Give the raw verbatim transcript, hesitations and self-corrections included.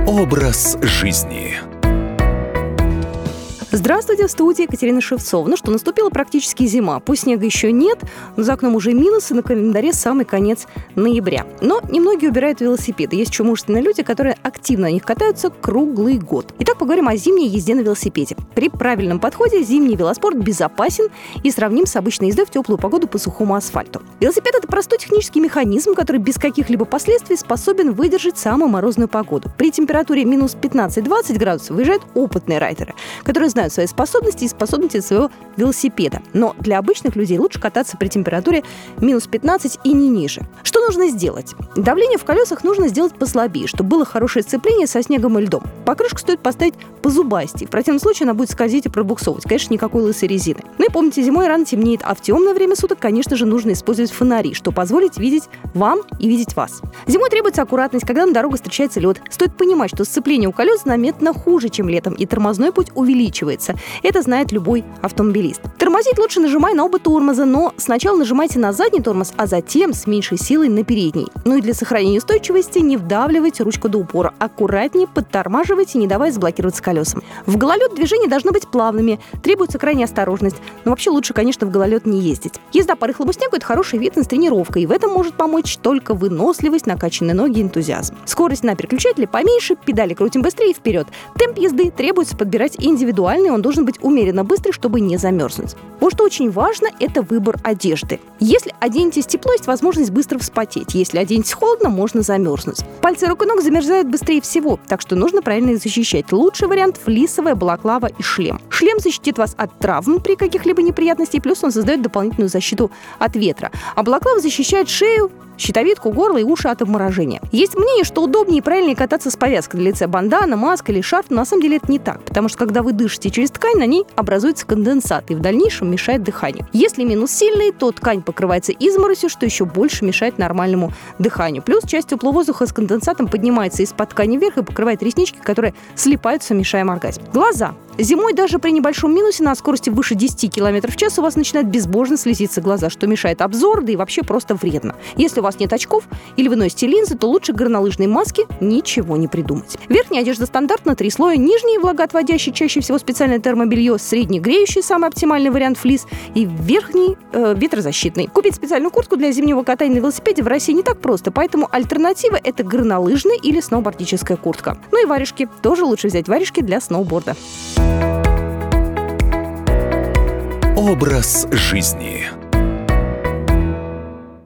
Образ жизни. Здравствуйте, в студии Екатерина Шевцова. Ну что, наступила практически зима. Пусть снега еще нет, но за окном уже минус, и на календаре самый конец ноября. Но немногие убирают велосипеды. Есть еще мужественные люди, которые активно на них катаются круглый год. Итак, поговорим о зимней езде на велосипеде. При правильном подходе зимний велоспорт безопасен и сравним с обычной ездой в теплую погоду по сухому асфальту. Велосипед – это простой технический механизм, который без каких-либо последствий способен выдержать самую морозную погоду. При температуре минус пятнадцать-двадцать градусов выезжают опытные райдеры, которые знают свои способности и способности своего велосипеда. Но для обычных людей лучше кататься при температуре минус пятнадцать и не ниже. Что нужно сделать? Давление в колесах нужно сделать послабее, чтобы было хорошее сцепление со снегом и льдом. Покрышку стоит поставить позубастей. В противном случае она будет скользить и пробуксовывать. Конечно, никакой лысой резины. Ну и помните, зимой рано темнеет, а в темное время суток, конечно же, нужно использовать фонари, что позволит видеть вам и видеть вас. Зимой требуется аккуратность, когда на дорогах встречается лед. Стоит понимать, что сцепление у колес заметно хуже, чем летом, и тормозной путь увеличивается. Это знает любой автомобилист. Тормозить лучше нажимая на оба тормоза, но сначала нажимайте на задний тормоз, а затем с меньшей силой на передний. Ну и для сохранения устойчивости не вдавливайте ручку до упора. Аккуратнее подтормаживайте, не давая заблокироваться колесам. В гололед движения должны быть плавными, требуется крайняя осторожность. Но вообще лучше, конечно, в гололед не ездить. Езда по рыхлому снегу – это хороший вид с тренировкой, и в этом может помочь только выносливость, накачанные ноги и энтузиазм. Скорость на переключателе поменьше, педали крутим быстрее и вперед. Темп езды требуется подбирать индивидуально, он должен быть умеренно быстрый, чтобы не замерзнуть. Вот что очень важно, это выбор одежды. Если оденетесь тепло, есть возможность быстро вспотеть. Если оденетесь холодно, можно замерзнуть. Пальцы рук и ног замерзают быстрее всего, так что нужно правильно их защищать. Лучший вариант – флисовая балаклава и шлем. Шлем защитит вас от травм при каких-либо неприятностях, плюс он создает дополнительную защиту от ветра. А балаклава защищает шею, щитовидку, горло и уши от обморожения. Есть мнение, что удобнее и правильнее кататься с повязкой на лице, бандана, маска или шарф, но на самом деле это не так, потому что когда вы дышите через ткань, на ней образуется конденсат и в дальнейшем мешает дыханию. Если минус сильный, то ткань покрывается изморозью, что еще больше мешает нормальному дыханию. Плюс часть теплого воздуха с конденсатом поднимается из-под ткани вверх и покрывает реснички, которые слипаются, мешая моргать. Глаза. Зимой даже при небольшом минусе на скорости выше десяти километров в час у вас начинают безбожно слезиться глаза, что мешает обзор, да и вообще просто вредно. Если у вас нет очков или вы носите линзы, то лучше горнолыжной маски ничего не придумать. Верхняя одежда стандартна, три слоя, нижний влагоотводящий, чаще всего специальное термобелье, средний греющий, самый оптимальный вариант флис, и верхний э, ветрозащитный. Купить специальную куртку для зимнего катания на велосипеде в России не так просто, поэтому альтернатива – это горнолыжная или сноубордическая куртка. Ну и варежки. Тоже лучше взять варежки для сноуборда. Образ жизни.